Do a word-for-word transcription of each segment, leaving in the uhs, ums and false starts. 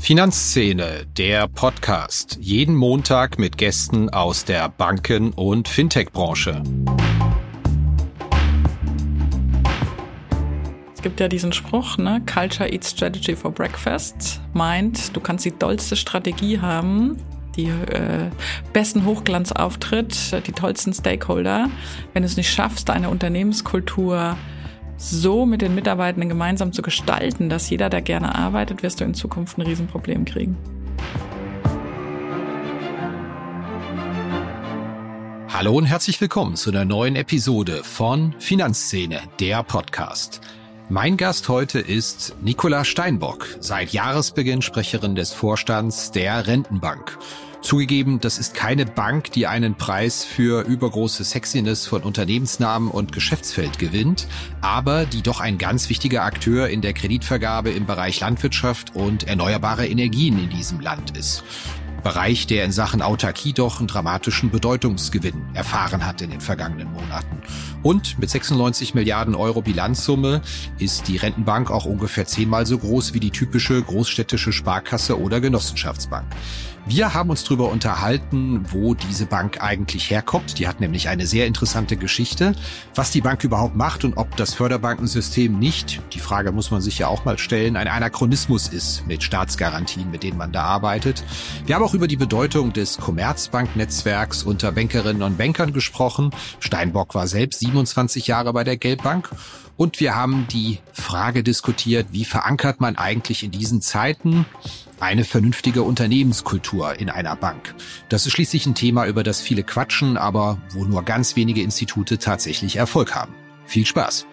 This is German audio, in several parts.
Finanzszene, der Podcast. Jeden Montag mit Gästen aus der Banken- und Fintech-Branche. Es gibt ja diesen Spruch, ne? Culture eats strategy for breakfast. Meint, du kannst die dollste Strategie haben, die äh, besten Hochglanzauftritt, die tollsten Stakeholder. Wenn du es nicht schaffst, deine Unternehmenskultur so mit den Mitarbeitenden gemeinsam zu gestalten, dass jeder da gerne arbeitet, wirst du in Zukunft ein Riesenproblem kriegen. Hallo und herzlich willkommen zu einer neuen Episode von Finanzszene, der Podcast. Mein Gast heute ist Nicola Steinbock, seit Jahresbeginn Sprecherin des Vorstands der Rentenbank. Zugegeben, das ist keine Bank, die einen Preis für übergroße Sexiness von Unternehmensnamen und Geschäftsfeld gewinnt, aber die doch ein ganz wichtiger Akteur in der Kreditvergabe im Bereich Landwirtschaft und erneuerbare Energien in diesem Land ist. Bereich, der in Sachen Autarkie doch einen dramatischen Bedeutungsgewinn erfahren hat in den vergangenen Monaten. Und mit sechsundneunzig Milliarden Euro Bilanzsumme ist die Rentenbank auch ungefähr zehnmal so groß wie die typische großstädtische Sparkasse oder Genossenschaftsbank. Wir haben uns darüber unterhalten, wo diese Bank eigentlich herkommt. Die hat nämlich eine sehr interessante Geschichte, was die Bank überhaupt macht und ob das Förderbankensystem nicht, die Frage muss man sich ja auch mal stellen, ein Anachronismus ist mit Staatsgarantien, mit denen man da arbeitet. Wir haben auch über die Bedeutung des Commerzbank-Netzwerks unter Bankerinnen und Bankern gesprochen. Steinbock war selbst siebenundzwanzig Jahre bei der Geldbank. Und wir haben die Frage diskutiert, wie verankert man eigentlich in diesen Zeiten eine vernünftige Unternehmenskultur in einer Bank? Das ist schließlich ein Thema, über das viele quatschen, aber wo nur ganz wenige Institute tatsächlich Erfolg haben. Viel Spaß!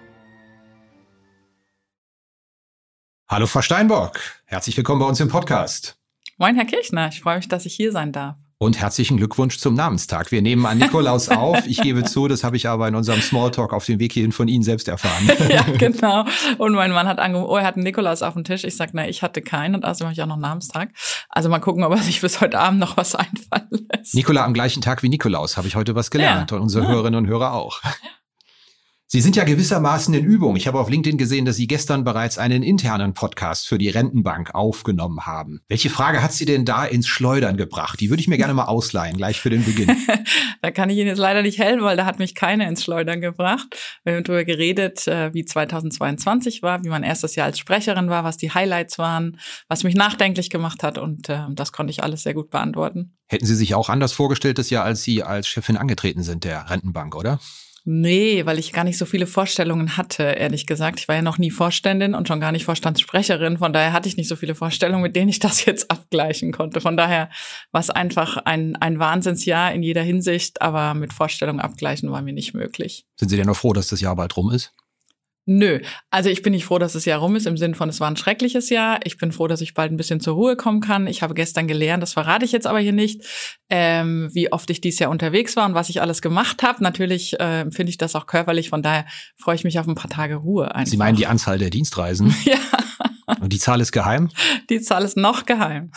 Hallo Frau Steinbock, herzlich willkommen bei uns im Podcast. Moin Herr Kirchner, ich freue mich, dass ich hier sein darf. Und herzlichen Glückwunsch zum Namenstag. Wir nehmen an Nikolaus auf. Ich gebe zu, das habe ich aber in unserem Smalltalk auf dem Weg hierhin von Ihnen selbst erfahren. Ja, genau. Und mein Mann hat angerufen, oh, er hat einen Nikolaus auf dem Tisch. Ich sage, na, ich hatte keinen und außerdem habe ich auch noch einen Namenstag. Also mal gucken, ob er sich bis heute Abend noch was einfallen lässt. Nikola am gleichen Tag wie Nikolaus, habe ich heute was gelernt. Ja. Und unsere ja. Hörerinnen und Hörer auch. Sie sind ja gewissermaßen in Übung. Ich habe auf LinkedIn gesehen, dass Sie gestern bereits einen internen Podcast für die Rentenbank aufgenommen haben. Welche Frage hat Sie denn da ins Schleudern gebracht? Die würde ich mir gerne mal ausleihen, gleich für den Beginn. Da kann ich Ihnen jetzt leider nicht helfen, weil da hat mich keiner ins Schleudern gebracht. Wir haben darüber geredet, wie zweitausendzweiundzwanzig war, wie mein erstes Jahr als Sprecherin war, was die Highlights waren, was mich nachdenklich gemacht hat und äh, das konnte ich alles sehr gut beantworten. Hätten Sie sich auch anders vorgestellt, das Jahr, als Sie als Chefin angetreten sind der Rentenbank, oder? Nee, weil ich gar nicht so viele Vorstellungen hatte, ehrlich gesagt. Ich war ja noch nie Vorständin und schon gar nicht Vorstandssprecherin. Von daher hatte ich nicht so viele Vorstellungen, mit denen ich das jetzt abgleichen konnte. Von daher war es einfach ein, ein Wahnsinnsjahr in jeder Hinsicht, aber mit Vorstellungen abgleichen war mir nicht möglich. Sind Sie denn noch froh, dass das Jahr bald rum ist? Nö, also ich bin nicht froh, dass das Jahr rum ist, im Sinne von, es war ein schreckliches Jahr. Ich bin froh, dass ich bald ein bisschen zur Ruhe kommen kann. Ich habe gestern gelernt, das verrate ich jetzt aber hier nicht, ähm, wie oft ich dieses Jahr unterwegs war und was ich alles gemacht habe. Natürlich äh, finde ich das auch körperlich, von daher freue ich mich auf ein paar Tage Ruhe einfach. Sie meinen die Anzahl der Dienstreisen? Ja. Und die Zahl ist geheim? Die Zahl ist noch geheim.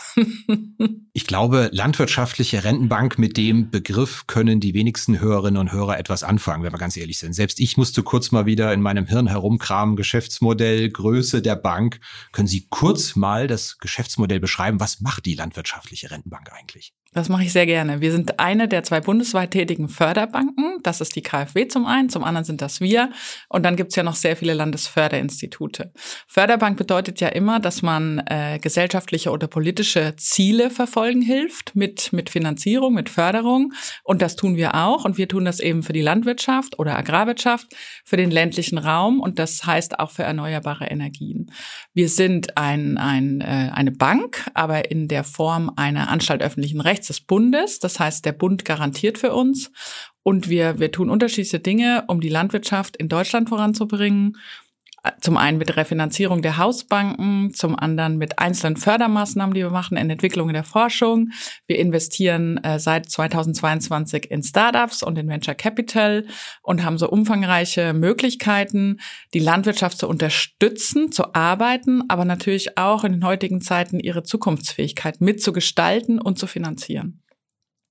Ich glaube, landwirtschaftliche Rentenbank, mit dem Begriff können die wenigsten Hörerinnen und Hörer etwas anfangen, wenn wir ganz ehrlich sind. Selbst ich musste kurz mal wieder in meinem Hirn herumkramen, Geschäftsmodell, Größe der Bank. Können Sie kurz mal das Geschäftsmodell beschreiben? Was macht die landwirtschaftliche Rentenbank eigentlich? Das mache ich sehr gerne. Wir sind eine der zwei bundesweit tätigen Förderbanken. Das ist die KfW zum einen, zum anderen sind das wir. Und dann gibt's ja noch sehr viele Landesförderinstitute. Förderbank bedeutet ja immer, dass man äh, gesellschaftliche oder politische Ziele verfolgen hilft mit mit Finanzierung, mit Förderung. Und das tun wir auch. Und wir tun das eben für die Landwirtschaft oder Agrarwirtschaft, für den ländlichen Raum. Und das heißt auch für erneuerbare Energien. Wir sind ein, ein, äh, eine Bank, aber in der Form einer Anstalt öffentlichen Rechts des Bundes. Das heißt, der Bund garantiert für uns. Und wir, wir tun unterschiedliche Dinge, um die Landwirtschaft in Deutschland voranzubringen. Zum einen mit Refinanzierung der Hausbanken, zum anderen mit einzelnen Fördermaßnahmen, die wir machen in Entwicklung in der Forschung. Wir investieren äh, seit zweitausendzweiundzwanzig in Startups und in Venture Capital und haben so umfangreiche Möglichkeiten, die Landwirtschaft zu unterstützen, zu arbeiten, aber natürlich auch in den heutigen Zeiten ihre Zukunftsfähigkeit mitzugestalten und zu finanzieren.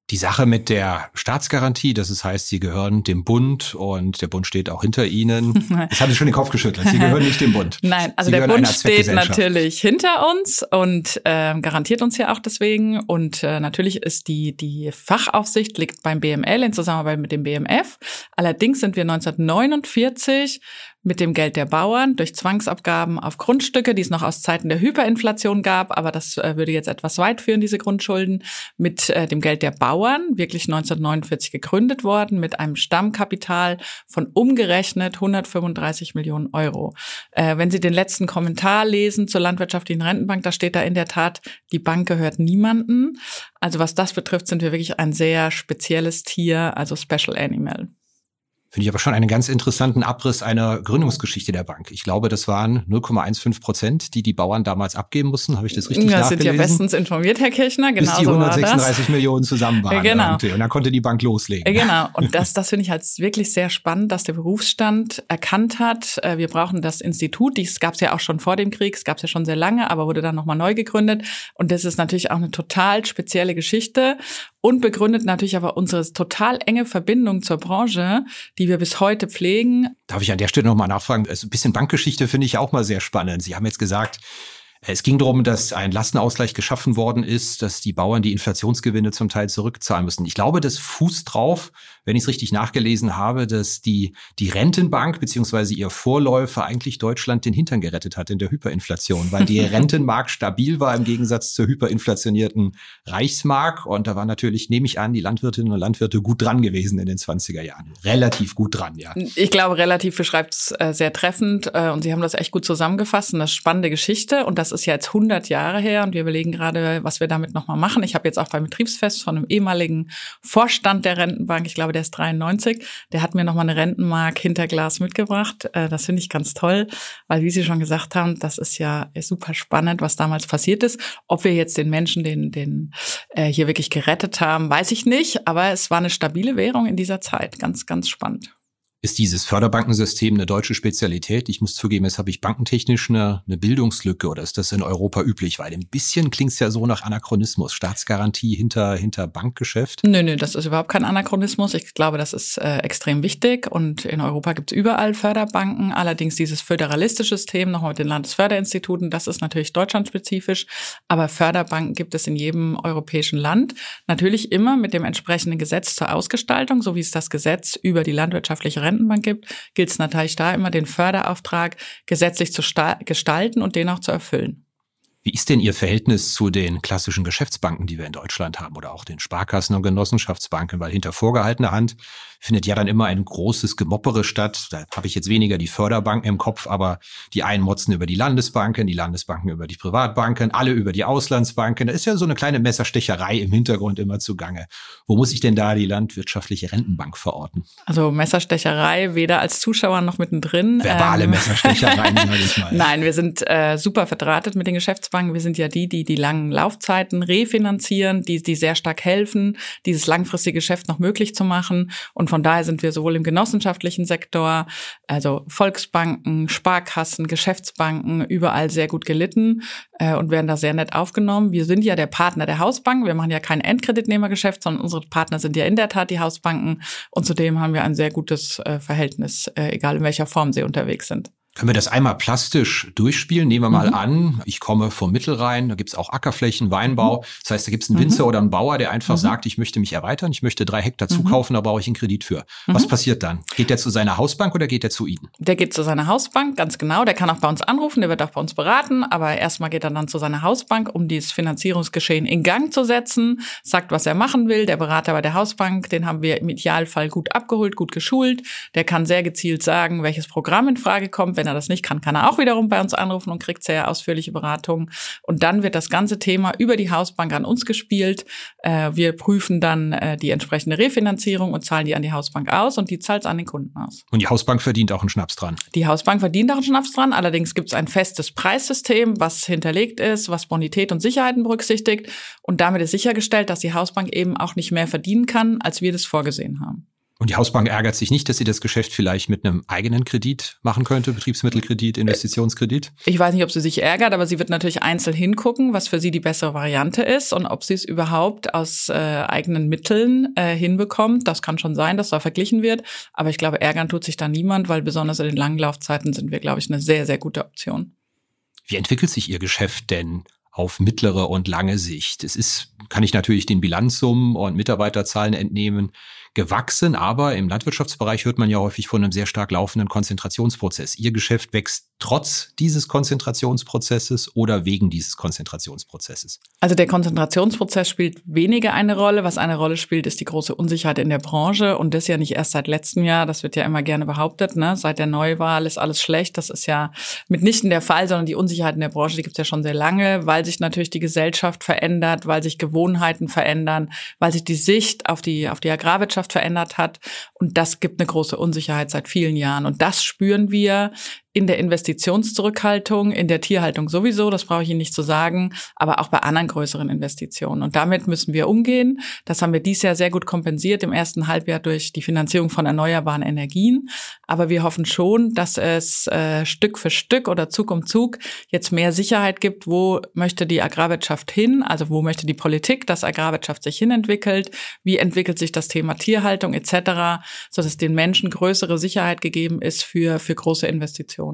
Die Sache mit der Staatsgarantie, das heißt, Sie gehören dem Bund und der Bund steht auch hinter Ihnen. Das haben Sie schon den Kopf geschüttelt. Sie gehören nicht dem Bund. Nein, also Sie der Bund steht natürlich hinter uns und äh, garantiert uns ja auch deswegen. Und äh, natürlich ist die die Fachaufsicht liegt beim B M L in Zusammenarbeit mit dem B M F. Allerdings sind wir neunzehnhundertneunundvierzig mit dem Geld der Bauern durch Zwangsabgaben auf Grundstücke, die es noch aus Zeiten der Hyperinflation gab, aber das äh, würde jetzt etwas weit führen, diese Grundschulden, mit äh, dem Geld der Bauern wirklich neunzehnhundertneunundvierzig gegründet worden, mit einem Stammkapital von umgerechnet hundertfünfunddreißig Millionen Euro. Äh, wenn Sie den letzten Kommentar lesen zur Landwirtschaftlichen Rentenbank, da steht da in der Tat, die Bank gehört niemandem. Also was das betrifft, sind wir wirklich ein sehr spezielles Tier, also Special Animal. Finde ich aber schon einen ganz interessanten Abriss einer Gründungsgeschichte der Bank. Ich glaube, das waren null Komma fünfzehn Prozent, die die Bauern damals abgeben mussten. Habe ich das richtig ja, nachgelesen? Sind ja bestens informiert, Herr Kirchner. Genau, bis die so hundertsechsunddreißig Millionen zusammen waren. Genau. Irgendwie. Und dann konnte die Bank loslegen. Genau. Und das, das finde ich halt wirklich sehr spannend, dass der Berufsstand erkannt hat, wir brauchen das Institut. Das gab es ja auch schon vor dem Krieg. Es gab es ja schon sehr lange, aber wurde dann nochmal neu gegründet. Und das ist natürlich auch eine total spezielle Geschichte und begründet natürlich aber unsere total enge Verbindung zur Branche, die wir bis heute pflegen. Darf ich an der Stelle nochmal nachfragen? Ein bisschen Bankgeschichte finde ich auch mal sehr spannend. Sie haben jetzt gesagt, es ging darum, dass ein Lastenausgleich geschaffen worden ist, dass die Bauern die Inflationsgewinne zum Teil zurückzahlen müssen. Ich glaube, das fußt drauf, wenn ich es richtig nachgelesen habe, dass die die Rentenbank beziehungsweise ihr Vorläufer eigentlich Deutschland den Hintern gerettet hat in der Hyperinflation, weil die Rentenmark stabil war im Gegensatz zur hyperinflationierten Reichsmark. Und da war natürlich, nehme ich an, die Landwirtinnen und Landwirte gut dran gewesen in den zwanziger Jahren. Relativ gut dran, ja. Ich glaube, relativ beschreibt es äh, sehr treffend äh, und Sie haben das echt gut zusammengefasst. Und das ist eine spannende Geschichte und das ist ja jetzt hundert Jahre her und wir überlegen gerade, was wir damit nochmal machen. Ich habe jetzt auch beim Betriebsfest von einem ehemaligen Vorstand der Rentenbank, ich glaube, der ist dreiundneunzig, der hat mir nochmal eine Rentenmark hinter Glas mitgebracht. Das finde ich ganz toll, weil, wie Sie schon gesagt haben, das ist ja super spannend, was damals passiert ist. Ob wir jetzt den Menschen, den, den äh, hier wirklich gerettet haben, weiß ich nicht, aber es war eine stabile Währung in dieser Zeit. Ganz, ganz spannend. Ist dieses Förderbankensystem eine deutsche Spezialität? Ich muss zugeben, jetzt habe ich bankentechnisch eine, eine Bildungslücke oder ist das in Europa üblich? Weil ein bisschen klingt es ja so nach Anachronismus. Staatsgarantie hinter, hinter Bankgeschäft. Nö, nö, das ist überhaupt kein Anachronismus. Ich glaube, das ist äh, extrem wichtig und in Europa gibt es überall Förderbanken. Allerdings dieses föderalistische System, nochmal mit den Landesförderinstituten, das ist natürlich deutschlandspezifisch. Aber Förderbanken gibt es in jedem europäischen Land. Natürlich immer mit dem entsprechenden Gesetz zur Ausgestaltung, so wie es das Gesetz über die landwirtschaftliche Rentenbank gibt, gilt es natürlich da immer, den Förderauftrag gesetzlich zu sta- gestalten und den auch zu erfüllen. Wie ist denn Ihr Verhältnis zu den klassischen Geschäftsbanken, die wir in Deutschland haben oder auch den Sparkassen und Genossenschaftsbanken? Weil hinter vorgehaltener Hand findet ja dann immer ein großes Gemoppere statt. Da habe ich jetzt weniger die Förderbanken im Kopf, aber die einen motzen über die Landesbanken, die Landesbanken über die Privatbanken, alle über die Auslandsbanken. Da ist ja so eine kleine Messerstecherei im Hintergrund immer zugange. Wo muss ich denn da die landwirtschaftliche Rentenbank verorten? Also Messerstecherei weder als Zuschauer noch mittendrin. Verbale ähm, Messerstechereien, sage ich mal. Nein, wir sind äh, super verdrahtet mit den Geschäftsbanken. Wir sind ja die, die die langen Laufzeiten refinanzieren, die die sehr stark helfen, dieses langfristige Geschäft noch möglich zu machen. Und von daher sind wir sowohl im genossenschaftlichen Sektor, also Volksbanken, Sparkassen, Geschäftsbanken, überall sehr gut gelitten äh, und werden da sehr nett aufgenommen. Wir sind ja der Partner der Hausbank. Wir machen ja kein Endkreditnehmergeschäft, sondern unsere Partner sind ja in der Tat die Hausbanken. Und zudem haben wir ein sehr gutes äh, Verhältnis, äh, egal in welcher Form sie unterwegs sind. Können wir das einmal plastisch durchspielen? Nehmen wir mal mhm. an, ich komme vom Mittelrhein, da gibt's auch Ackerflächen, Weinbau. Mhm. Das heißt, da gibt's einen Winzer mhm. oder einen Bauer, der einfach mhm. sagt, ich möchte mich erweitern, ich möchte drei Hektar mhm. zukaufen, da brauche ich einen Kredit für. Mhm. Was passiert dann? Geht der zu seiner Hausbank oder geht der zu Ihnen? Der geht zu seiner Hausbank, ganz genau. Der kann auch bei uns anrufen, der wird auch bei uns beraten. Aber erstmal geht er dann zu seiner Hausbank, um dieses Finanzierungsgeschehen in Gang zu setzen, sagt, was er machen will. Der Berater bei der Hausbank, den haben wir im Idealfall gut abgeholt, gut geschult. Der kann sehr gezielt sagen, welches Programm in Frage kommt. Wenn er das nicht kann, kann er auch wiederum bei uns anrufen und kriegt sehr ausführliche Beratung. Und dann wird das ganze Thema über die Hausbank an uns gespielt. Wir prüfen dann die entsprechende Refinanzierung und zahlen die an die Hausbank aus und die zahlt es an den Kunden aus. Und die Hausbank verdient auch einen Schnaps dran? Die Hausbank verdient auch einen Schnaps dran. Allerdings gibt es ein festes Preissystem, was hinterlegt ist, was Bonität und Sicherheiten berücksichtigt. Und damit ist sichergestellt, dass die Hausbank eben auch nicht mehr verdienen kann, als wir das vorgesehen haben. Und die Hausbank ärgert sich nicht, dass sie das Geschäft vielleicht mit einem eigenen Kredit machen könnte, Betriebsmittelkredit, Investitionskredit? Ich weiß nicht, ob sie sich ärgert, aber sie wird natürlich einzeln hingucken, was für sie die bessere Variante ist und ob sie es überhaupt aus äh, eigenen Mitteln äh, hinbekommt. Das kann schon sein, dass da verglichen wird. Aber ich glaube, ärgern tut sich da niemand, weil besonders in den langen Laufzeiten sind wir, glaube ich, eine sehr, sehr gute Option. Wie entwickelt sich Ihr Geschäft denn auf mittlere und lange Sicht? Es ist, kann ich natürlich den Bilanzsummen und Mitarbeiterzahlen entnehmen, gewachsen, aber im Landwirtschaftsbereich hört man ja häufig von einem sehr stark laufenden Konzentrationsprozess. Ihr Geschäft wächst trotz dieses Konzentrationsprozesses oder wegen dieses Konzentrationsprozesses? Also der Konzentrationsprozess spielt weniger eine Rolle. Was eine Rolle spielt, ist die große Unsicherheit in der Branche und das ja nicht erst seit letztem Jahr. Das wird ja immer gerne behauptet, ne? Seit der Neuwahl ist alles schlecht. Das ist ja mitnichten der Fall, sondern die Unsicherheit in der Branche, die gibt es ja schon sehr lange, weil sich natürlich die Gesellschaft verändert, weil sich Gewohnheiten verändern, weil sich die Sicht auf die auf die Agrarwirtschaft verändert hat. Und das gibt eine große Unsicherheit seit vielen Jahren. Und das spüren wir in der Investitionszurückhaltung, in der Tierhaltung sowieso, das brauche ich Ihnen nicht zu sagen, aber auch bei anderen größeren Investitionen. Und damit müssen wir umgehen. Das haben wir dieses Jahr sehr gut kompensiert im ersten Halbjahr durch die Finanzierung von erneuerbaren Energien. Aber wir hoffen schon, dass es äh, Stück für Stück oder Zug um Zug jetzt mehr Sicherheit gibt, wo möchte die Agrarwirtschaft hin, also wo möchte die Politik, dass Agrarwirtschaft sich hinentwickelt, wie entwickelt sich das Thema Tierhaltung et cetera, sodass den Menschen größere Sicherheit gegeben ist für, für große Investitionen.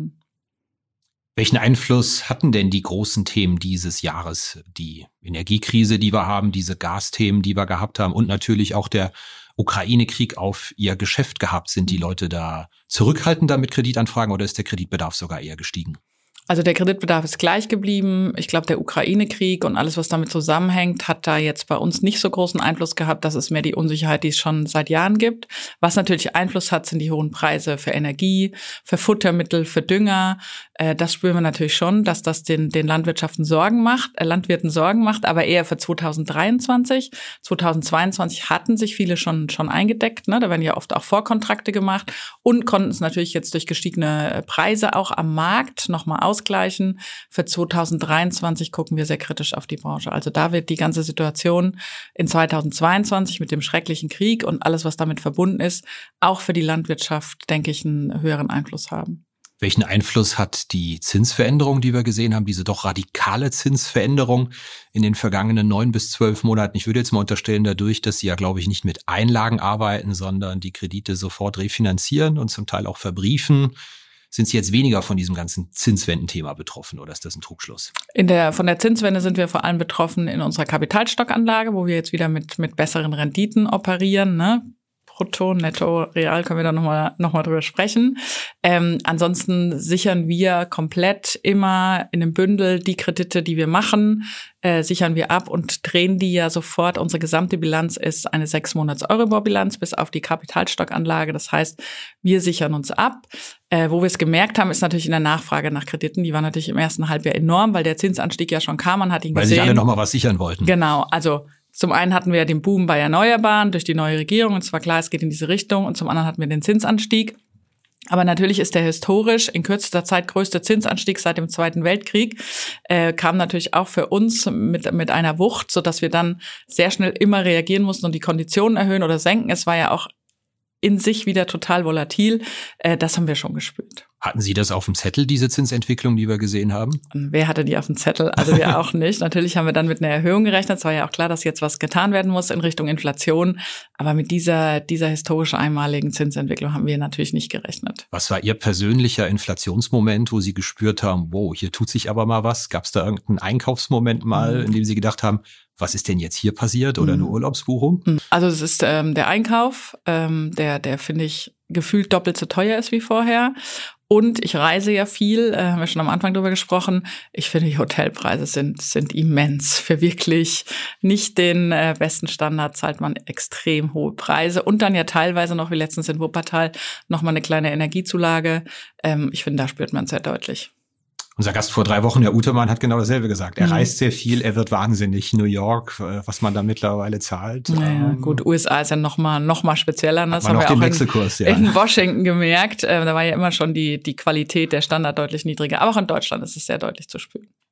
Welchen Einfluss hatten denn die großen Themen dieses Jahres? Die Energiekrise, die wir haben, diese Gasthemen, die wir gehabt haben und natürlich auch der Ukraine-Krieg auf Ihr Geschäft gehabt. Sind die Leute da zurückhaltender mit Kreditanfragen oder ist der Kreditbedarf sogar eher gestiegen? Also der Kreditbedarf ist gleich geblieben. Ich glaube, der Ukraine-Krieg und alles, was damit zusammenhängt, hat da jetzt bei uns nicht so großen Einfluss gehabt. Das ist mehr die Unsicherheit, die es schon seit Jahren gibt. Was natürlich Einfluss hat, sind die hohen Preise für Energie, für Futtermittel, für Dünger. Äh, das spüren wir natürlich schon, dass das den, den Landwirtschaften Sorgen macht, äh, Landwirten Sorgen macht, aber eher für zweitausenddreiundzwanzig. zweitausendzweiundzwanzig hatten sich viele schon, schon eingedeckt, ne? Da werden ja oft auch Vorkontrakte gemacht und konnten es natürlich jetzt durch gestiegene Preise auch am Markt nochmal aus Ausgleichen. Für zweitausenddreiundzwanzig gucken wir sehr kritisch auf die Branche. Also da wird die ganze Situation in zweitausendzweiundzwanzig mit dem schrecklichen Krieg und alles, was damit verbunden ist, auch für die Landwirtschaft, denke ich, einen höheren Einfluss haben. Welchen Einfluss hat die Zinsveränderung, die wir gesehen haben, diese doch radikale Zinsveränderung in den vergangenen neun bis zwölf Monaten? Ich würde jetzt mal unterstellen, dadurch, dass Sie ja, glaube ich, nicht mit Einlagen arbeiten, sondern die Kredite sofort refinanzieren und zum Teil auch verbriefen. Sind Sie jetzt weniger von diesem ganzen Zinswendenthema betroffen oder ist das ein Trugschluss? In der, von der Zinswende sind wir vor allem betroffen in unserer Kapitalstockanlage, wo wir jetzt wieder mit, mit besseren Renditen operieren, ne? Brutto, Netto, Real können wir da nochmal noch mal drüber sprechen. Ähm, ansonsten sichern wir komplett immer in einem Bündel die Kredite, die wir machen, äh, sichern wir ab und drehen die ja sofort. Unsere gesamte Bilanz ist eine sechs Monats Euribor-Bilanz bis auf die Kapitalstockanlage. Das heißt, wir sichern uns ab. Äh, wo wir es gemerkt haben, ist natürlich in der Nachfrage nach Krediten. Die war natürlich im ersten Halbjahr enorm, weil der Zinsanstieg ja schon kam. Man hat ihn weil gesehen. Weil sich alle nochmal was sichern wollten. Genau, also zum einen hatten wir den Boom bei Erneuerbaren durch die neue Regierung und es war klar, es geht in diese Richtung und zum anderen hatten wir den Zinsanstieg. Aber natürlich ist der historisch in kürzester Zeit größte Zinsanstieg seit dem Zweiten Weltkrieg, äh, kam natürlich auch für uns mit mit einer Wucht, sodass wir dann sehr schnell immer reagieren mussten und die Konditionen erhöhen oder senken. Es war ja auch in sich wieder total volatil. Äh, das haben wir schon gespürt. Hatten Sie das auf dem Zettel, diese Zinsentwicklung, die wir gesehen haben? Wer hatte die auf dem Zettel? Also wir auch nicht. Natürlich haben wir dann mit einer Erhöhung gerechnet. Es war ja auch klar, dass jetzt was getan werden muss in Richtung Inflation. Aber mit dieser, dieser historisch einmaligen Zinsentwicklung haben wir natürlich nicht gerechnet. Was war Ihr persönlicher Inflationsmoment, wo Sie gespürt haben, wow, hier tut sich aber mal was? Gab es da irgendeinen Einkaufsmoment mal, in dem Sie gedacht haben, was ist denn jetzt hier passiert oder eine Urlaubsbuchung? Also es ist ähm, der Einkauf, ähm, der, der finde ich gefühlt doppelt so teuer ist wie vorher. Und ich reise ja viel, äh, haben wir schon am Anfang drüber gesprochen. Ich finde, die Hotelpreise sind sind immens. Für wirklich nicht den äh, besten Standard zahlt man extrem hohe Preise. Und dann ja teilweise noch, wie letztens in Wuppertal, nochmal eine kleine Energiezulage. Ähm, ich finde, da spürt man es sehr deutlich. Unser Gast vor drei Wochen, Herr Utermann, hat genau dasselbe gesagt. Er mhm. reist sehr viel, er wird wahnsinnig. New York, was man da mittlerweile zahlt. Naja, ähm, gut, U S A ist ja noch mal, noch mal spezieller. Das haben wir auch in, ja. in Washington gemerkt. Da war ja immer schon die, die Qualität, der Standard deutlich niedriger. Aber auch in Deutschland ist es sehr deutlich zu spüren.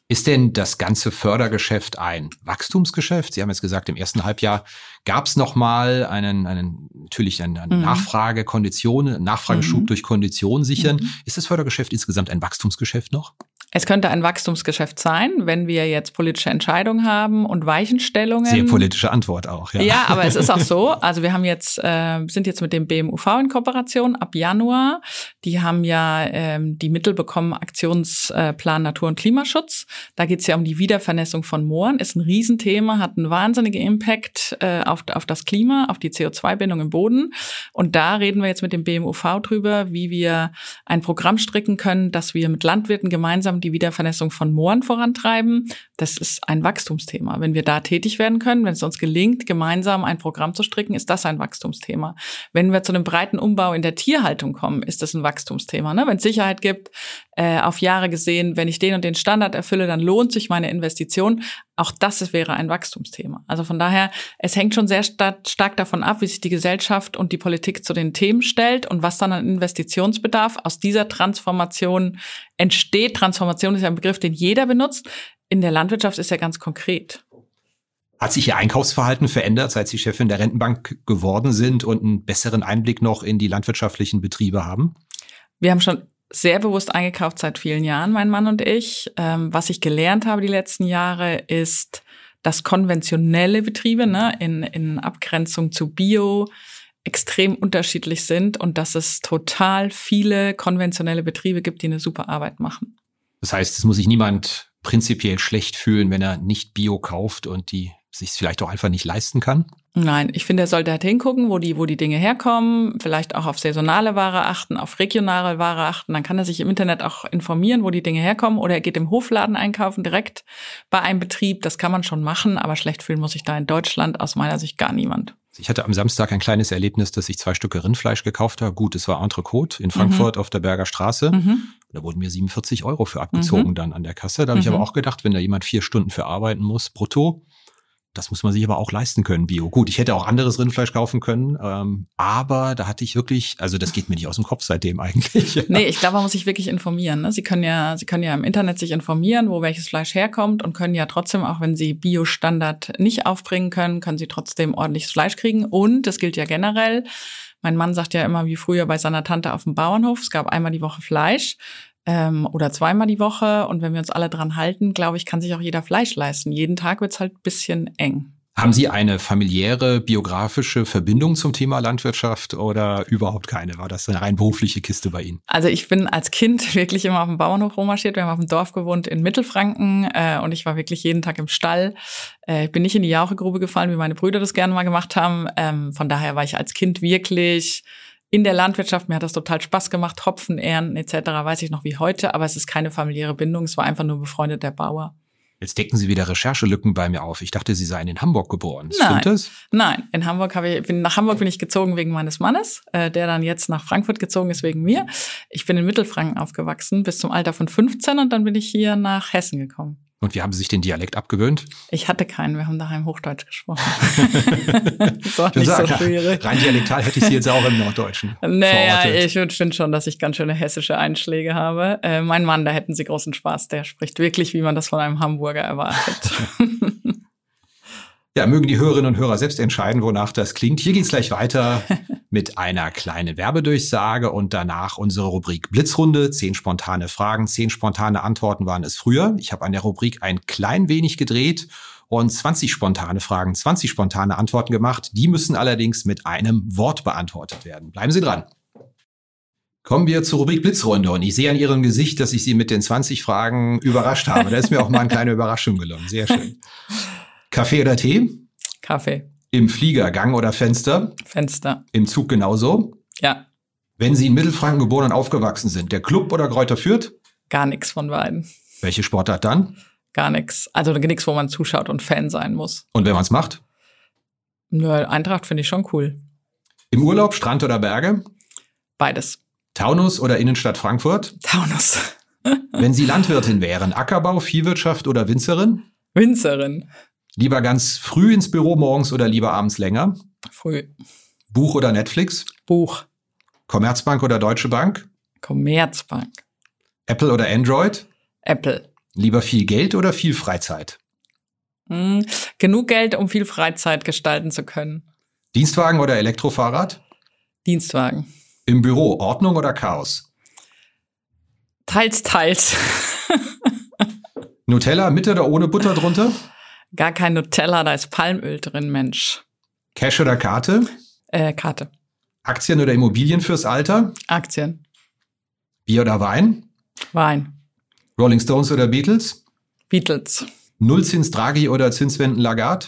Ist denn das ganze Fördergeschäft ein Wachstumsgeschäft? Sie haben jetzt gesagt, im ersten Halbjahr gab es nochmal einen, einen, natürlich eine Mhm. Nachfrage, Konditionen, Nachfrageschub Mhm. durch Konditionen sichern. Mhm. Ist das Fördergeschäft insgesamt ein Wachstumsgeschäft noch? Es könnte ein Wachstumsgeschäft sein, wenn wir jetzt politische Entscheidungen haben und Weichenstellungen. Sehr politische Antwort auch, ja. Ja, aber es ist auch so. Also wir haben jetzt, äh, sind jetzt mit dem B M U V in Kooperation ab Januar. Die haben ja ähm, die Mittel bekommen, Aktionsplan Natur- und Klimaschutz. Da geht es ja um die Wiedervernässung von Mooren. Ist ein Riesenthema, hat einen wahnsinnigen Impact äh, auf, auf das Klima, auf die C O zwei Bindung im Boden. Und da reden wir jetzt mit dem B M U V drüber, wie wir ein Programm stricken können, dass wir mit Landwirten gemeinsam die Wiedervernässung von Mooren vorantreiben. Das ist ein Wachstumsthema. Wenn wir da tätig werden können, wenn es uns gelingt, gemeinsam ein Programm zu stricken, ist das ein Wachstumsthema. Wenn wir zu einem breiten Umbau in der Tierhaltung kommen, ist das ein Wachstumsthema. Ne? Wenn es Sicherheit gibt, äh, auf Jahre gesehen, wenn ich den und den Standard erfülle, dann lohnt sich meine Investition. Auch das wäre ein Wachstumsthema. Also von daher, es hängt schon sehr sta- stark davon ab, wie sich die Gesellschaft und die Politik zu den Themen stellt und was dann an Investitionsbedarf aus dieser Transformation entsteht. Transformation ist ja ein Begriff, den jeder benutzt. In der Landwirtschaft ist er ganz konkret. Hat sich Ihr Einkaufsverhalten verändert, seit Sie Chefin der Rentenbank geworden sind und einen besseren Einblick noch in die landwirtschaftlichen Betriebe haben? Wir haben schon sehr bewusst eingekauft seit vielen Jahren, mein Mann und ich. Ähm, was ich gelernt habe die letzten Jahre ist, dass konventionelle Betriebe, ne, in, in Abgrenzung zu Bio extrem unterschiedlich sind und dass es total viele konventionelle Betriebe gibt, die eine super Arbeit machen. Das heißt, es muss sich niemand prinzipiell schlecht fühlen, wenn er nicht Bio kauft und die sich vielleicht auch einfach nicht leisten kann? Nein, ich finde, er sollte halt hingucken, wo die, wo die Dinge herkommen, vielleicht auch auf saisonale Ware achten, auf regionale Ware achten. Dann kann er sich im Internet auch informieren, wo die Dinge herkommen, oder er geht im Hofladen einkaufen, direkt bei einem Betrieb. Das kann man schon machen, aber schlecht fühlen muss sich da in Deutschland aus meiner Sicht gar niemand. Ich hatte am Samstag ein kleines Erlebnis, dass ich zwei Stücke Rindfleisch gekauft habe. Gut, es war Entrecote in Frankfurt mhm. auf der Berger Straße. Mhm. Da wurden mir siebenundvierzig Euro für abgezogen mhm. dann an der Kasse. Da habe mhm. ich aber auch gedacht, wenn da jemand vier Stunden für arbeiten muss, brutto, das muss man sich aber auch leisten können, Bio. Gut, ich hätte auch anderes Rindfleisch kaufen können, ähm, aber da hatte ich wirklich, also das geht mir nicht aus dem Kopf seitdem eigentlich. Nee, ich glaube, man muss sich wirklich informieren. Ne? Sie können ja, Sie können ja im Internet sich informieren, wo welches Fleisch herkommt, und können ja trotzdem, auch wenn Sie Bio-Standard nicht aufbringen können, können Sie trotzdem ordentliches Fleisch kriegen. Und das gilt ja generell. Mein Mann sagt ja immer, wie früher bei seiner Tante auf dem Bauernhof, es gab einmal die Woche Fleisch. Ähm, oder zweimal die Woche. Und wenn wir uns alle dran halten, glaube ich, kann sich auch jeder Fleisch leisten. Jeden Tag wird's halt ein bisschen eng. Haben Sie eine familiäre, biografische Verbindung zum Thema Landwirtschaft oder überhaupt keine? War das eine rein berufliche Kiste bei Ihnen? Also ich bin als Kind wirklich immer auf dem Bauernhof rummarschiert. Wir haben auf dem Dorf gewohnt in Mittelfranken äh, und ich war wirklich jeden Tag im Stall. Äh, ich bin nicht in die Jauchegrube gefallen, wie meine Brüder das gerne mal gemacht haben. Ähm, von daher war ich als Kind wirklich in der Landwirtschaft. Mir hat das total Spaß gemacht, Hopfen ernten et cetera, weiß ich noch wie heute, aber es ist keine familiäre Bindung, es war einfach nur befreundet der Bauer. Jetzt decken Sie wieder Recherchelücken bei mir auf. Ich dachte, Sie seien in Hamburg geboren. Nein, stimmt das? Nein, in Hamburg habe ich, bin, nach Hamburg bin ich gezogen wegen meines Mannes, äh, der dann jetzt nach Frankfurt gezogen ist wegen mir. Ich bin in Mittelfranken aufgewachsen bis zum Alter von fünfzehn und dann bin ich hier nach Hessen gekommen. Und wie haben Sie sich den Dialekt abgewöhnt? Ich hatte keinen, wir haben daheim Hochdeutsch gesprochen. Das war nicht so schwierig. Rein dialektal hätte ich Sie jetzt auch im Norddeutschen Naja, ich finde schon, dass ich ganz schöne hessische Einschläge habe. Äh, mein Mann, da hätten Sie großen Spaß. Der spricht wirklich, wie man das von einem Hamburger erwartet. Ja, mögen die Hörerinnen und Hörer selbst entscheiden, wonach das klingt. Hier geht's gleich weiter mit einer kleinen Werbedurchsage und danach unsere Rubrik Blitzrunde. Zehn spontane Fragen, zehn spontane Antworten waren es früher. Ich habe an der Rubrik ein klein wenig gedreht und zwanzig spontane Fragen, zwanzig spontane Antworten gemacht. Die müssen allerdings mit einem Wort beantwortet werden. Bleiben Sie dran. Kommen wir zur Rubrik Blitzrunde. Und ich sehe an Ihrem Gesicht, dass ich Sie mit den zwanzig Fragen überrascht habe. Da ist mir auch mal eine kleine Überraschung gelungen. Sehr schön. Kaffee oder Tee? Kaffee. Im Flieger, Gang oder Fenster? Fenster. Im Zug genauso? Ja. Wenn Sie in Mittelfranken geboren und aufgewachsen sind, der Club oder Greuther Fürth? Gar nichts von beiden. Welche Sportart dann? Gar nichts. Also nichts, wo man zuschaut und Fan sein muss. Und wenn man es macht? Ja, Eintracht finde ich schon cool. Im Urlaub, Strand oder Berge? Beides. Taunus oder Innenstadt Frankfurt? Taunus. Wenn Sie Landwirtin wären, Ackerbau, Viehwirtschaft oder Winzerin? Winzerin. Lieber ganz früh ins Büro morgens oder lieber abends länger? Früh. Buch oder Netflix? Buch. Commerzbank oder Deutsche Bank? Commerzbank. Apple oder Android? Apple. Lieber viel Geld oder viel Freizeit? Hm, genug Geld, um viel Freizeit gestalten zu können. Dienstwagen oder Elektrofahrrad? Dienstwagen. Im Büro Ordnung oder Chaos? Teils, teils. Nutella mit oder ohne Butter drunter? Gar kein Nutella, da ist Palmöl drin, Mensch. Cash oder Karte? Äh, Karte. Aktien oder Immobilien fürs Alter? Aktien. Bier oder Wein? Wein. Rolling Stones oder Beatles? Beatles. Nullzins Draghi oder Zinswenden Lagarde?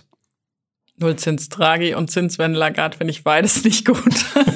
Nullzins Draghi und Zinswenden Lagarde finde ich beides nicht gut.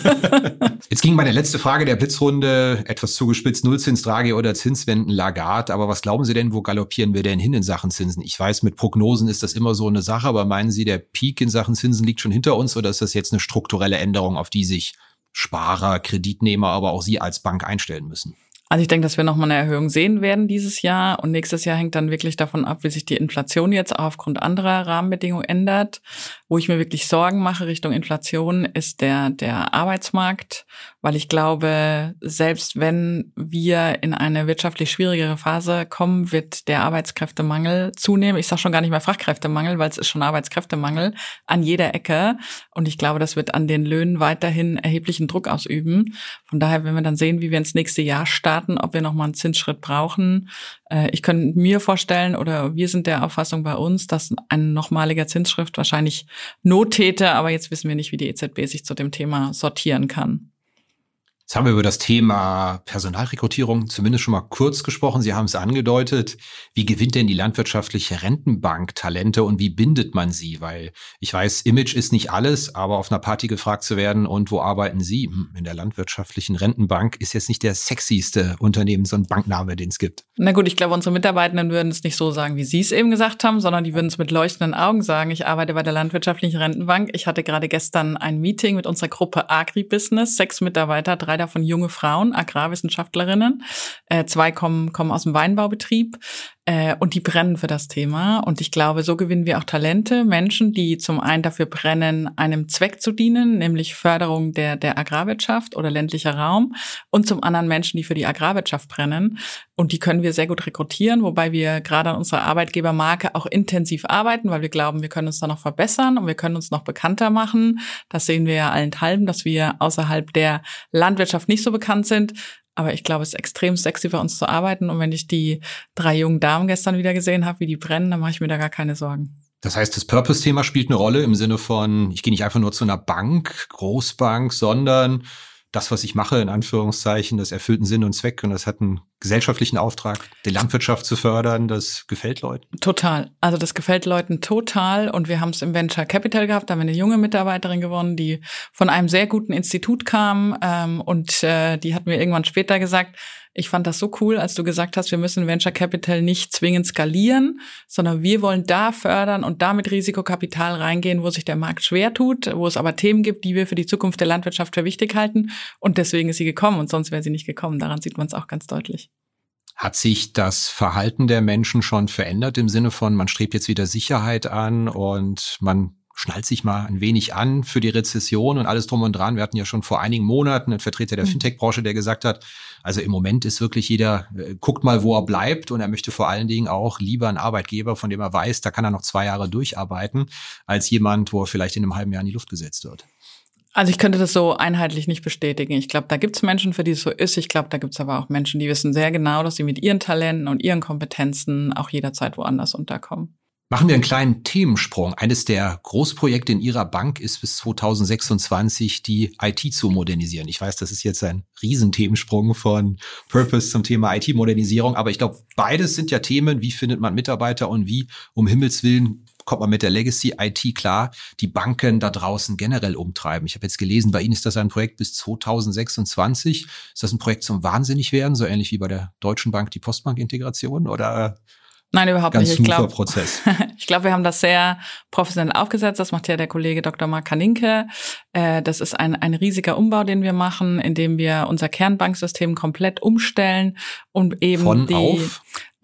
Jetzt ging meine letzte Frage der Blitzrunde etwas zugespitzt, Nullzins Draghi oder Zinswenden Lagarde. Aber was glauben Sie denn, wo galoppieren wir denn hin in Sachen Zinsen? Ich weiß, mit Prognosen ist das immer so eine Sache, aber meinen Sie, der Peak in Sachen Zinsen liegt schon hinter uns oder ist das jetzt eine strukturelle Änderung, auf die sich Sparer, Kreditnehmer, aber auch Sie als Bank einstellen müssen? Also ich denke, dass wir nochmal eine Erhöhung sehen werden dieses Jahr. Und nächstes Jahr hängt dann wirklich davon ab, wie sich die Inflation jetzt auch aufgrund anderer Rahmenbedingungen ändert. Wo ich mir wirklich Sorgen mache Richtung Inflation ist der, der Arbeitsmarkt. Weil ich glaube, selbst wenn wir in eine wirtschaftlich schwierigere Phase kommen, wird der Arbeitskräftemangel zunehmen. Ich sage schon gar nicht mehr Fachkräftemangel, weil es ist schon Arbeitskräftemangel an jeder Ecke. Und ich glaube, das wird an den Löhnen weiterhin erheblichen Druck ausüben. Von daher, wenn wir dann sehen, wie wir ins nächste Jahr starten, ob wir nochmal einen Zinsschritt brauchen. Ich könnte mir vorstellen, oder wir sind der Auffassung bei uns, dass ein nochmaliger Zinsschritt wahrscheinlich Not täte, aber jetzt wissen wir nicht, wie die E Z B sich zu dem Thema sortieren kann. Jetzt haben wir über das Thema Personalrekrutierung zumindest schon mal kurz gesprochen. Sie haben es angedeutet. Wie gewinnt denn die landwirtschaftliche Rentenbank Talente und wie bindet man sie? Weil ich weiß, Image ist nicht alles, aber auf einer Party gefragt zu werden, und wo arbeiten Sie? In der landwirtschaftlichen Rentenbank ist jetzt nicht der sexyste Unternehmens- und Bankname, den es gibt. Na gut, ich glaube, unsere Mitarbeitenden würden es nicht so sagen, wie Sie es eben gesagt haben, sondern die würden es mit leuchtenden Augen sagen. Ich arbeite bei der landwirtschaftlichen Rentenbank. Ich hatte gerade gestern ein Meeting mit unserer Gruppe Agribusiness, sechs Mitarbeiter, drei davon junge Frauen, Agrarwissenschaftlerinnen. Äh, zwei kommen, kommen aus dem Weinbaubetrieb. Äh, und die brennen für das Thema. Und ich glaube, so gewinnen wir auch Talente, Menschen, die zum einen dafür brennen, einem Zweck zu dienen, nämlich Förderung der, der Agrarwirtschaft oder ländlicher Raum. Und zum anderen Menschen, die für die Agrarwirtschaft brennen. Und die können wir sehr gut rekrutieren, wobei wir gerade an unserer Arbeitgebermarke auch intensiv arbeiten, weil wir glauben, wir können uns da noch verbessern und wir können uns noch bekannter machen. Das sehen wir ja allenthalben, dass wir außerhalb der Landwirtschaft nicht so bekannt sind. Aber ich glaube, es ist extrem sexy bei uns zu arbeiten. Und wenn ich die drei jungen Damen gestern wieder gesehen habe, wie die brennen, dann mache ich mir da gar keine Sorgen. Das heißt, das Purpose-Thema spielt eine Rolle im Sinne von, ich gehe nicht einfach nur zu einer Bank, Großbank, sondern das, was ich mache, in Anführungszeichen, das erfüllt einen Sinn und Zweck und das hat einen gesellschaftlichen Auftrag, die Landwirtschaft zu fördern, das gefällt Leuten. Total. Also das gefällt Leuten total und wir haben es im Venture Capital gehabt, da haben wir eine junge Mitarbeiterin gewonnen, die von einem sehr guten Institut kam ähm, und äh, die hat mir irgendwann später gesagt, ich fand das so cool, als du gesagt hast, wir müssen Venture Capital nicht zwingend skalieren, sondern wir wollen da fördern und da mit Risikokapital reingehen, wo sich der Markt schwer tut, wo es aber Themen gibt, die wir für die Zukunft der Landwirtschaft für wichtig halten. Und deswegen ist sie gekommen und sonst wäre sie nicht gekommen. Daran sieht man es auch ganz deutlich. Hat sich das Verhalten der Menschen schon verändert im Sinne von, man strebt jetzt wieder Sicherheit an und man schnallt sich mal ein wenig an für die Rezession und alles drum und dran. Wir hatten ja schon vor einigen Monaten einen Vertreter der mhm. Fintech-Branche, der gesagt hat, also im Moment ist wirklich jeder, äh, guckt mal, wo er bleibt und er möchte vor allen Dingen auch lieber einen Arbeitgeber, von dem er weiß, da kann er noch zwei Jahre durcharbeiten, als jemand, wo er vielleicht in einem halben Jahr in die Luft gesetzt wird. Also ich könnte das so einheitlich nicht bestätigen. Ich glaube, da gibt's Menschen, für die es so ist. Ich glaube, da gibt's aber auch Menschen, die wissen sehr genau, dass sie mit ihren Talenten und ihren Kompetenzen auch jederzeit woanders unterkommen. Machen wir einen kleinen Themensprung. Eines der Großprojekte in Ihrer Bank ist bis zwanzig sechsundzwanzig die I T zu modernisieren. Ich weiß, das ist jetzt ein Riesenthemensprung von Purpose zum Thema I T-Modernisierung, aber ich glaube, beides sind ja Themen, wie findet man Mitarbeiter und wie, um Himmels Willen, kommt man mit der Legacy-I T klar, die Banken da draußen generell umtreiben. Ich habe jetzt gelesen, bei Ihnen ist das ein Projekt bis zwanzig sechsundzwanzig. Ist das ein Projekt zum Wahnsinnigwerden, so ähnlich wie bei der Deutschen Bank die Postbank-Integration oder... Nein, überhaupt Ganz nicht. Ich glaube, Prozess. ich glaube, wir haben das sehr professionell aufgesetzt. Das macht ja der Kollege Doktor Marc Kaninke. Das ist ein, ein riesiger Umbau, den wir machen, indem wir unser Kernbanksystem komplett umstellen und eben Von die auf?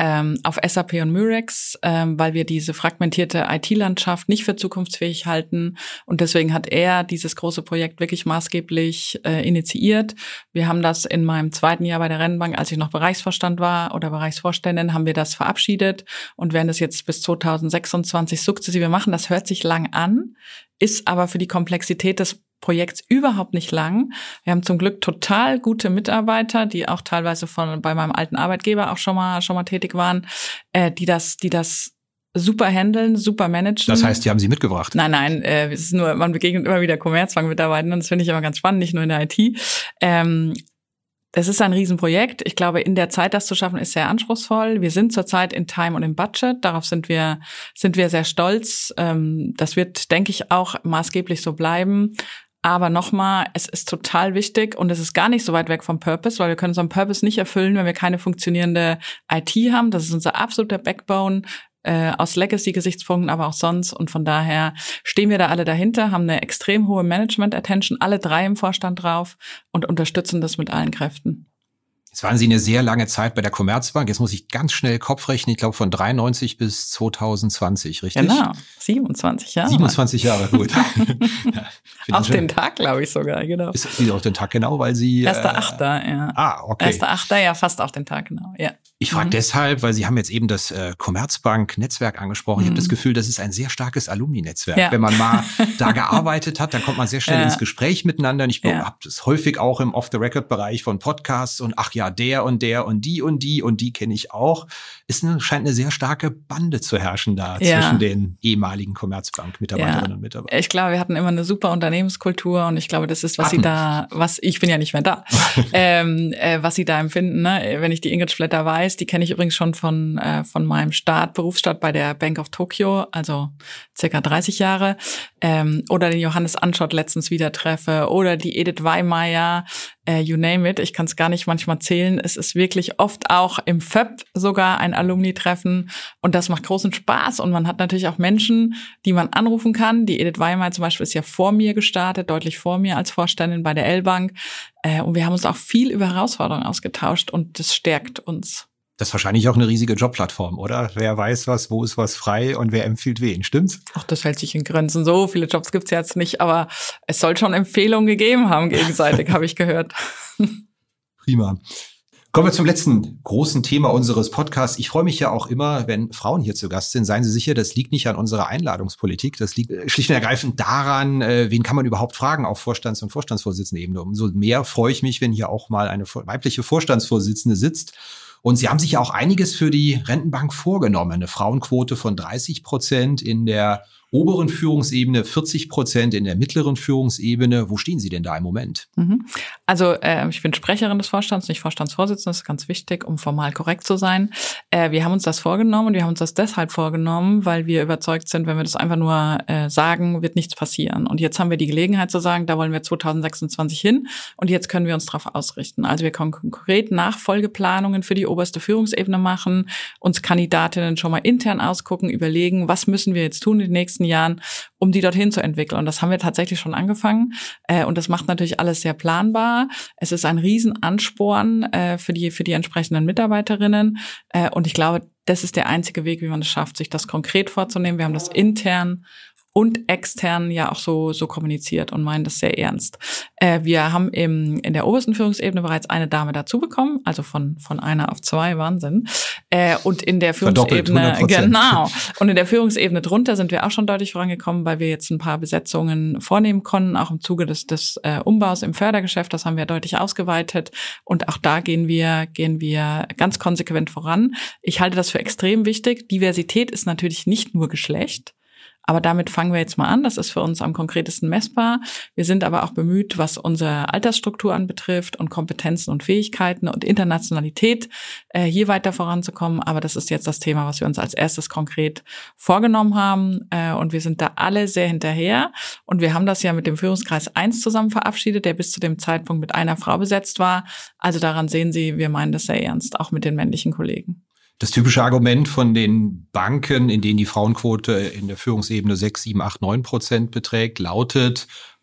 ähm, auf S A P und Murex, ähm, weil wir diese fragmentierte I T-Landschaft nicht für zukunftsfähig halten. Und deswegen hat er dieses große Projekt wirklich maßgeblich äh, initiiert. Wir haben das in meinem zweiten Jahr bei der Rentenbank, als ich noch Bereichsvorstand war oder Bereichsvorständin, haben wir das verabschiedet und werden das jetzt bis zweitausendsechsundzwanzig sukzessive machen. Das hört sich lang an, ist aber für die Komplexität des Projekts überhaupt nicht lang. Wir haben zum Glück total gute Mitarbeiter, die auch teilweise von bei meinem alten Arbeitgeber auch schon mal schon mal tätig waren, äh, die das die das super handeln, super managen. Das heißt, die haben Sie mitgebracht? Nein, nein, äh, es ist nur, man begegnet immer wieder Commerzbank-Mitarbeitern und das finde ich immer ganz spannend, nicht nur in der I T. Ähm, Das ist ein Riesenprojekt. Ich glaube, in der Zeit das zu schaffen, ist sehr anspruchsvoll. Wir sind zurzeit in Time und im Budget. Darauf sind wir, sind wir sehr stolz. Das wird, denke ich, auch maßgeblich so bleiben. Aber nochmal, es ist total wichtig und es ist gar nicht so weit weg vom Purpose, weil wir können unseren Purpose nicht erfüllen, wenn wir keine funktionierende I T haben. Das ist unser absoluter Backbone. Äh, aus Legacy-Gesichtspunkten, aber auch sonst. Und von daher stehen wir da alle dahinter, haben eine extrem hohe Management-Attention, alle drei im Vorstand drauf und unterstützen das mit allen Kräften. Jetzt waren Sie eine sehr lange Zeit bei der Commerzbank. Jetzt muss ich ganz schnell Kopf rechnen. Ich glaube von dreiundneunzig bis zweitauszwanzig, richtig? Genau, siebenundzwanzig Jahre. siebenundzwanzig Jahre, gut. Ja, auf den Tag, glaube ich sogar, genau. Ist Sie auf den Tag genau, weil Sie... Erster äh, Achter, ja. Ah, okay. Erster Achter, ja, fast auf den Tag, genau, ja. Ich frage mhm. deshalb, weil Sie haben jetzt eben das äh, Commerzbank-Netzwerk angesprochen. Mhm. Ich habe das Gefühl, das ist ein sehr starkes Alumni-Netzwerk. Ja. Wenn man mal da gearbeitet hat, dann kommt man sehr schnell ja. ins Gespräch miteinander. Und ich ja. habe das häufig auch im Off-the-Record-Bereich von Podcasts und ach ja, der und der und die und die und die kenne ich auch. Es scheint eine sehr starke Bande zu herrschen da ja. zwischen den ehemaligen Commerzbank-Mitarbeiterinnen ja. und Mitarbeitern. Ich glaube, wir hatten immer eine super Unternehmenskultur und ich glaube, das ist, was hatten. Sie da, was ich bin ja nicht mehr da, ähm, äh, was Sie da empfinden. Ne? Wenn ich die Ingrid Schletter weiß, die kenne ich übrigens schon von äh, von meinem Start, Berufsstart bei der Bank of Tokyo, also circa dreißig Jahre, ähm, oder den Johannes Anschott letztens wieder treffe oder die Edith Weimeyer, äh, you name it. Ich kann es gar nicht manchmal zählen. Es ist wirklich oft auch im F Ö P sogar ein Alumni-Treffen und das macht großen Spaß und man hat natürlich auch Menschen, die man anrufen kann. Die Edith Weimeyer zum Beispiel ist ja vor mir gestartet, deutlich vor mir als Vorständin bei der L-Bank äh, und wir haben uns auch viel über Herausforderungen ausgetauscht und das stärkt uns. Das ist wahrscheinlich auch eine riesige Jobplattform, oder? Wer weiß was, wo ist was frei und wer empfiehlt wen, stimmt's? Ach, das hält sich in Grenzen. So viele Jobs gibt's jetzt nicht, aber es soll schon Empfehlungen gegeben haben gegenseitig, habe ich gehört. Prima. Kommen wir zum letzten großen Thema unseres Podcasts. Ich freue mich ja auch immer, wenn Frauen hier zu Gast sind. Seien Sie sicher, das liegt nicht an unserer Einladungspolitik. Das liegt schlicht und ergreifend daran, wen kann man überhaupt fragen auf Vorstands- und Vorstandsvorsitzende-Ebene. Umso mehr freue ich mich, wenn hier auch mal eine weibliche Vorstandsvorsitzende sitzt. Und Sie haben sich ja auch einiges für die Rentenbank vorgenommen. Eine Frauenquote von dreißig Prozent in der oberen Führungsebene, vierzig Prozent in der mittleren Führungsebene. Wo stehen Sie denn da im Moment? Also äh, ich bin Sprecherin des Vorstands, nicht Vorstandsvorsitzende. Das ist ganz wichtig, um formal korrekt zu sein. Äh, wir haben uns das vorgenommen und wir haben uns das deshalb vorgenommen, weil wir überzeugt sind, wenn wir das einfach nur äh, sagen, wird nichts passieren. Und jetzt haben wir die Gelegenheit zu sagen, da wollen wir zweitausendsechsundzwanzig hin und jetzt können wir uns darauf ausrichten. Also wir können konkret Nachfolgeplanungen für die oberste Führungsebene machen, uns Kandidatinnen schon mal intern ausgucken, überlegen, was müssen wir jetzt tun in den nächsten Jahren, um die dorthin zu entwickeln. Und das haben wir tatsächlich schon angefangen. Äh, und das macht natürlich alles sehr planbar. Es ist ein Riesenansporn äh, für die für die entsprechenden Mitarbeiterinnen. Äh, und ich glaube, das ist der einzige Weg, wie man es schafft, sich das konkret vorzunehmen. Wir haben das intern und extern ja auch so so kommuniziert und meinen das sehr ernst. Äh, wir haben im in der obersten Führungsebene bereits eine Dame dazu bekommen, also von von einer auf zwei, Wahnsinn. Äh, und in der Führungsebene, genau, und in der Führungsebene drunter sind wir auch schon deutlich vorangekommen, weil wir jetzt ein paar Besetzungen vornehmen konnten, auch im Zuge des des äh, Umbaus im Fördergeschäft. Das haben wir deutlich ausgeweitet und auch da gehen wir gehen wir ganz konsequent voran. Ich halte das für extrem wichtig. Diversität ist natürlich nicht nur Geschlecht. Aber damit fangen wir jetzt mal an. Das ist für uns am konkretesten messbar. Wir sind aber auch bemüht, was unsere Altersstruktur anbetrifft und Kompetenzen und Fähigkeiten und Internationalität, äh, hier weiter voranzukommen. Aber das ist jetzt das Thema, was wir uns als erstes konkret vorgenommen haben. Äh, und wir sind da alle sehr hinterher. Und wir haben das ja mit dem Führungskreis eins zusammen verabschiedet, der bis zu dem Zeitpunkt mit einer Frau besetzt war. Also daran sehen Sie, wir meinen das sehr ernst, auch mit den männlichen Kollegen. Das typische Argument von den Banken, in denen die Frauenquote in der Führungsebene sechs, sieben, acht, neun Prozent beträgt, lautet,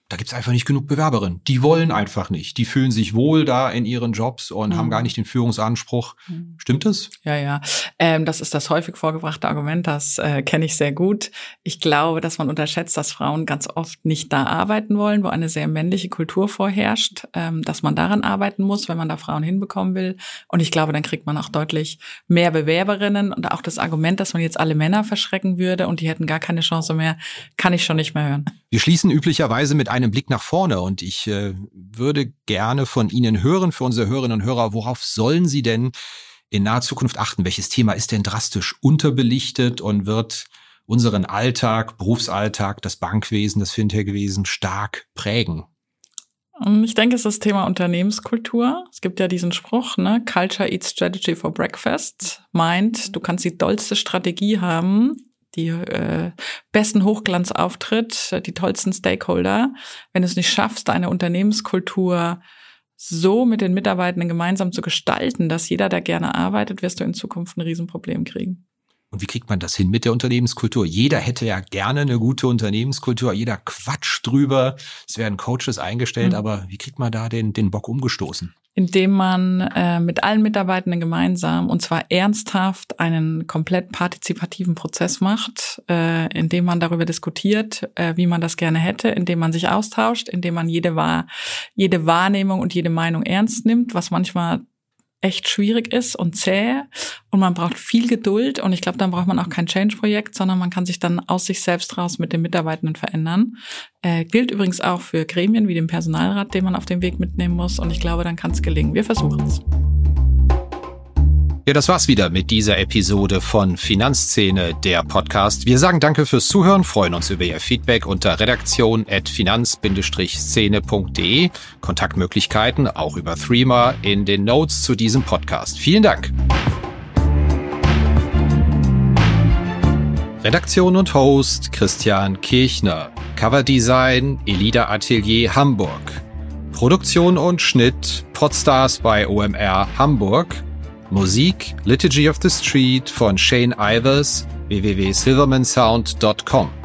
da gibt's einfach nicht genug Bewerberinnen. Die wollen einfach nicht. Die fühlen sich wohl da in ihren Jobs und mhm. haben gar nicht den Führungsanspruch. Mhm. Stimmt das? Ja, ja. Ähm, das ist das häufig vorgebrachte Argument. Das äh, kenne ich sehr gut. Ich glaube, dass man unterschätzt, dass Frauen ganz oft nicht da arbeiten wollen, wo eine sehr männliche Kultur vorherrscht, ähm, dass man daran arbeiten muss, wenn man da Frauen hinbekommen will. Und ich glaube, dann kriegt man auch deutlich mehr Bewerberinnen. Und auch das Argument, dass man jetzt alle Männer verschrecken würde und die hätten gar keine Chance mehr, kann ich schon nicht mehr hören. Wir schließen üblicherweise mit einem Blick nach vorne und ich äh, würde gerne von Ihnen hören, für unsere Hörerinnen und Hörer, worauf sollen Sie denn in naher Zukunft achten? Welches Thema ist denn drastisch unterbelichtet und wird unseren Alltag, Berufsalltag, das Bankwesen, das Fintech-Wesen stark prägen? Ich denke, es ist das Thema Unternehmenskultur. Es gibt ja diesen Spruch, ne? Culture eats strategy for breakfast. Meint, du kannst die dollste Strategie haben, die äh, besten Hochglanzauftritt, die tollsten Stakeholder. Wenn du es nicht schaffst, deine Unternehmenskultur so mit den Mitarbeitenden gemeinsam zu gestalten, dass jeder da gerne arbeitet, wirst du in Zukunft ein Riesenproblem kriegen. Und wie kriegt man das hin mit der Unternehmenskultur? Jeder hätte ja gerne eine gute Unternehmenskultur, jeder quatscht drüber, es werden Coaches eingestellt, mhm. aber wie kriegt man da den, den Bock umgestoßen? Indem man äh, mit allen Mitarbeitenden gemeinsam und zwar ernsthaft einen komplett partizipativen Prozess macht, äh, indem man darüber diskutiert, äh, wie man das gerne hätte, indem man sich austauscht, indem man jede, Wahr- jede Wahrnehmung und jede Meinung ernst nimmt, was manchmal echt schwierig ist und zäh und man braucht viel Geduld und ich glaube, dann braucht man auch kein Change-Projekt, sondern man kann sich dann aus sich selbst raus mit den Mitarbeitenden verändern. Äh, gilt übrigens auch für Gremien wie den Personalrat, den man auf dem Weg mitnehmen muss und ich glaube, dann kann es gelingen. Wir versuchen es. Ja, das war's wieder mit dieser Episode von Finanzszene, der Podcast. Wir sagen danke fürs Zuhören, freuen uns über Ihr Feedback unter redaktion at finanz szene punkt de. Kontaktmöglichkeiten auch über Threema in den Notes zu diesem Podcast. Vielen Dank. Redaktion und Host Christian Kirchner. Coverdesign Elida Atelier Hamburg. Produktion und Schnitt Podstars bei O M R Hamburg. Musik Liturgy of the Street von Shane Ivers, w w w punkt silvermansound punkt com.